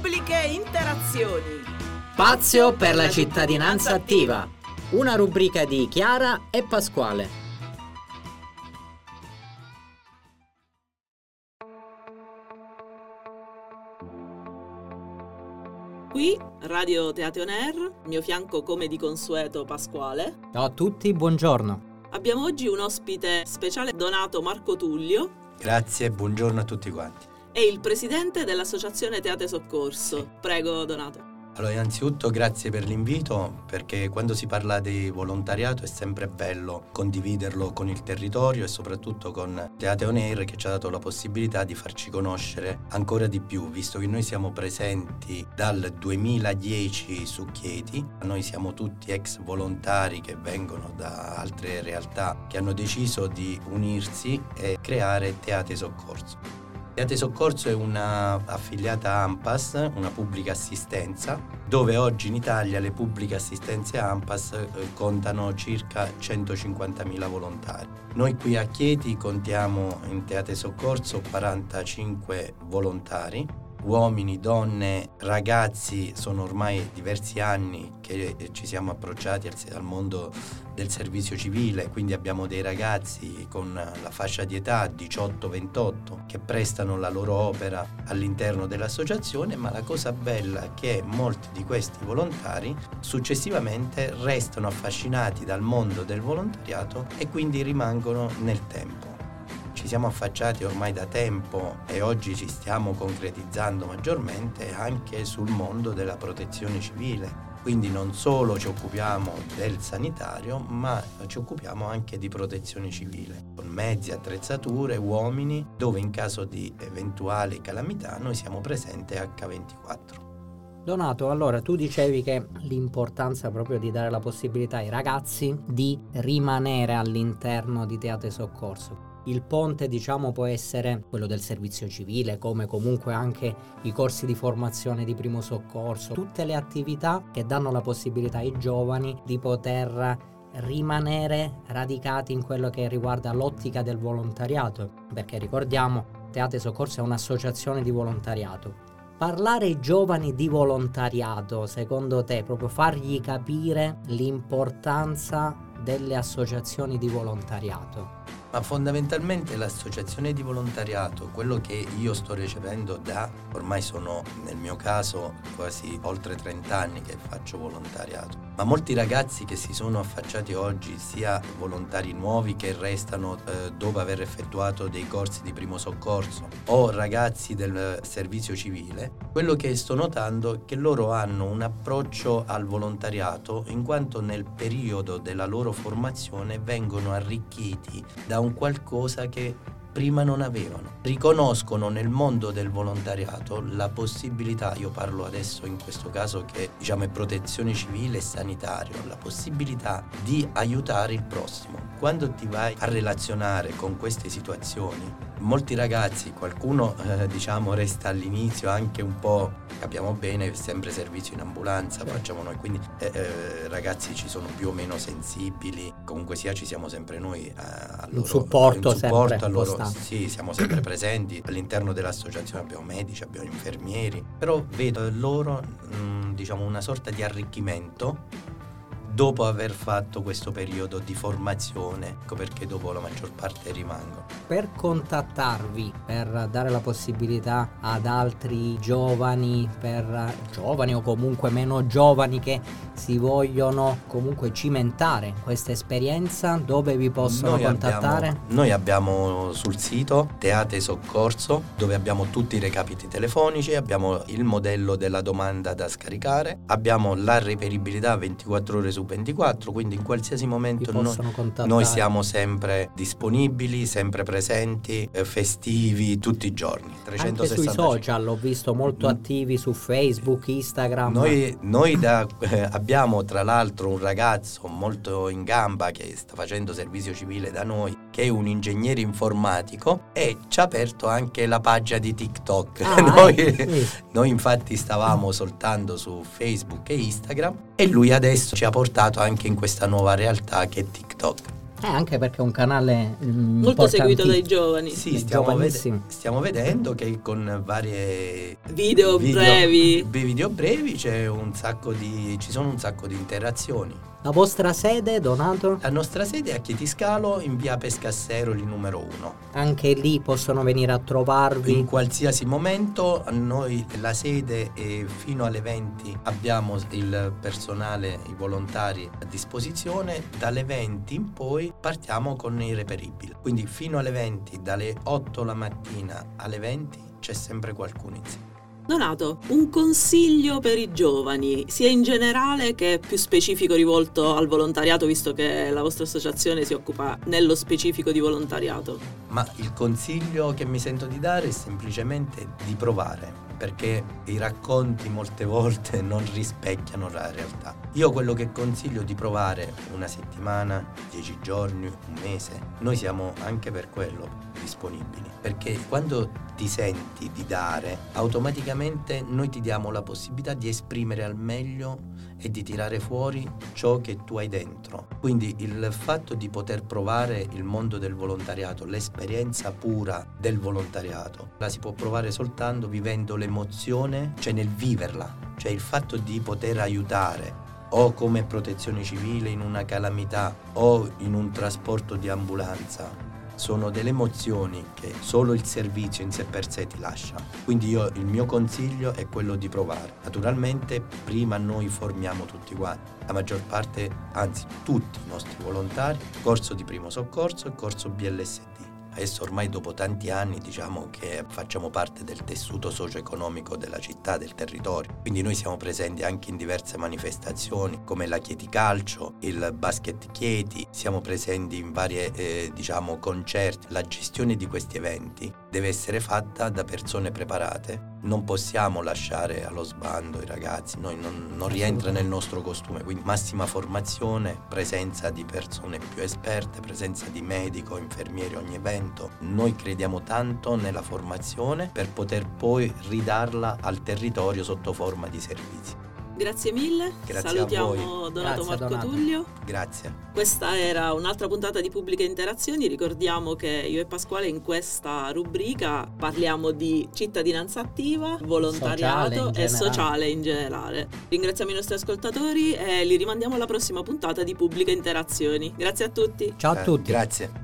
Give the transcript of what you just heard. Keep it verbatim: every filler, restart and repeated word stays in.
Pubbliche interazioni. Spazio per la cittadinanza attiva. Una rubrica di Chiara e Pasquale. Qui Radio Teatro On Air, al mio fianco come di consueto Pasquale. Ciao a tutti, buongiorno. Abbiamo oggi un ospite speciale, Donato Marco Tullio. Grazie, buongiorno a tutti quanti. È il presidente dell'Associazione Teate Soccorso. Sì. Prego Donato. Allora, innanzitutto grazie per l'invito, perché quando si parla di volontariato è sempre bello condividerlo con il territorio e soprattutto con Teatro On Air, che ci ha dato la possibilità di farci conoscere ancora di più, visto che noi siamo presenti dal duemiladieci su Chieti. Noi siamo tutti ex volontari che vengono da altre realtà che hanno deciso di unirsi e creare Teate Soccorso. Teate Soccorso è una affiliata ANPAS, una pubblica assistenza, dove oggi in Italia le pubbliche assistenze ANPAS eh, contano circa centocinquantamila volontari. Noi qui a Chieti contiamo in Teate Soccorso quarantacinque volontari, uomini, donne, ragazzi. Sono ormai diversi anni che ci siamo approcciati al, al mondo del servizio civile, quindi abbiamo dei ragazzi con la fascia di età diciotto ventotto che prestano la loro opera all'interno dell'associazione, ma la cosa bella è che molti di questi volontari successivamente restano affascinati dal mondo del volontariato e quindi rimangono nel tempo. Ci siamo affacciati ormai da tempo e oggi ci stiamo concretizzando maggiormente anche sul mondo della protezione civile. Quindi non solo ci occupiamo del sanitario, ma ci occupiamo anche di protezione civile, con mezzi, attrezzature, uomini, dove in caso di eventuali calamità noi siamo presenti acca ventiquattro. Donato, allora tu dicevi che l'importanza proprio di dare la possibilità ai ragazzi di rimanere all'interno di Teate Soccorso. Il ponte, diciamo, può essere quello del servizio civile, come comunque anche i corsi di formazione di primo soccorso, tutte le attività che danno la possibilità ai giovani di poter rimanere radicati in quello che riguarda l'ottica del volontariato, perché ricordiamo, Teate Soccorso è un'associazione di volontariato. Parlare ai giovani di volontariato, secondo te, proprio fargli capire l'importanza delle associazioni di volontariato? Ma fondamentalmente l'associazione di volontariato, quello che io sto recependo da, ormai sono nel mio caso quasi oltre trenta anni che faccio volontariato, ma molti ragazzi che si sono affacciati oggi, sia volontari nuovi che restano eh, dopo aver effettuato dei corsi di primo soccorso o ragazzi del servizio civile, quello che sto notando è che loro hanno un approccio al volontariato in quanto nel periodo della loro formazione vengono arricchiti da un qualcosa che prima non avevano. Riconoscono nel mondo del volontariato la possibilità, io parlo adesso in questo caso che diciamo è protezione civile e sanitario, la possibilità di aiutare il prossimo. Quando ti vai a relazionare con queste situazioni, molti ragazzi, qualcuno eh, diciamo resta all'inizio anche un po', capiamo bene, sempre servizio in ambulanza facciamo noi, quindi eh, eh, ragazzi ci sono più o meno sensibili, comunque sia ci siamo sempre noi a loro, un supporto, un supporto sempre a loro, costante. Sì, siamo sempre presenti all'interno dell'associazione, abbiamo medici, abbiamo infermieri, però vedo loro mh, diciamo una sorta di arricchimento dopo aver fatto questo periodo di formazione, ecco perché dopo la maggior parte rimangono. Per contattarvi, per dare la possibilità ad altri giovani, per giovani o comunque meno giovani che si vogliono comunque cimentare questa esperienza, dove vi possono noi contattare? Abbiamo, noi abbiamo sul sito Teate Soccorso, dove abbiamo tutti i recapiti telefonici, abbiamo il modello della domanda da scaricare, abbiamo la reperibilità ventiquattro ore su ventiquattro, quindi in qualsiasi momento noi, noi siamo sempre disponibili, sempre presenti, eh, festivi, tutti i giorni. Anche sui social, ho visto molto attivi su Facebook, Instagram. Noi, noi da, eh, abbiamo tra l'altro un ragazzo molto in gamba che sta facendo servizio civile da noi, che è un ingegnere informatico e ci ha aperto anche la pagina di TikTok. Ah, noi, eh, sì. noi infatti stavamo soltanto su Facebook e Instagram e lui adesso ci ha portato anche in questa nuova realtà che è TikTok. Eh, anche perché è un canale mm, molto seguito dai importanti- giovani. Sì, Dei stiamo, vede- giovanissimi. stiamo vedendo che con varie Video brevi. be- video brevi c'è un sacco di, ci sono un sacco di interazioni. La vostra sede, Donato? La nostra sede è a Chietiscalo in via Pescasseroli numero uno. Anche lì possono venire a trovarvi. In qualsiasi momento noi la sede e fino alle venti abbiamo il personale, i volontari a disposizione, dalle venti in poi partiamo con i reperibili. Quindi fino alle venti, dalle otto la mattina alle venti c'è sempre qualcuno insieme. Donato, un consiglio per i giovani, sia in generale che più specifico rivolto al volontariato, visto che la vostra associazione si occupa nello specifico di volontariato. Ma il consiglio che mi sento di dare è semplicemente di provare, perché i racconti molte volte non rispecchiano la realtà. Io quello che consiglio è di provare una settimana, dieci giorni, un mese. Noi siamo anche per quello disponibili, perché quando ti senti di dare, automaticamente noi ti diamo la possibilità di esprimere al meglio e di tirare fuori ciò che tu hai dentro. Quindi il fatto di poter provare il mondo del volontariato, l'esperienza pura del volontariato, la si può provare soltanto vivendo l'emozione, cioè nel viverla, cioè il fatto di poter aiutare o come protezione civile in una calamità o in un trasporto di ambulanza. Sono delle emozioni che solo il servizio in sé per sé ti lascia. Quindi io, il mio consiglio è quello di provare. Naturalmente prima noi formiamo tutti quanti, la maggior parte, anzi tutti i nostri volontari, corso di primo soccorso e corso B L S D. Adesso ormai dopo tanti anni diciamo che facciamo parte del tessuto socio-economico della città, del territorio. Quindi noi siamo presenti anche in diverse manifestazioni come la Chieti Calcio, il Basket Chieti, siamo presenti in varie eh, diciamo concerti. La gestione di questi eventi deve essere fatta da persone preparate. Non possiamo lasciare allo sbando i ragazzi, noi non, non rientra nel nostro costume, quindi massima formazione, presenza di persone più esperte, presenza di medico, infermieri ogni evento. Noi crediamo tanto nella formazione per poter poi ridarla al territorio sotto forma di servizi. Grazie mille, Grazie salutiamo a voi. Donato Grazie, Marco Donato. Tullio. Grazie. Questa era un'altra puntata di Pubbliche Interazioni. Ricordiamo che io e Pasquale in questa rubrica parliamo di cittadinanza attiva, volontariato Sociale in e generale. sociale in generale. Ringraziamo i nostri ascoltatori e li rimandiamo alla prossima puntata di Pubbliche Interazioni. Grazie a tutti. Ciao a Eh, tutti. Grazie.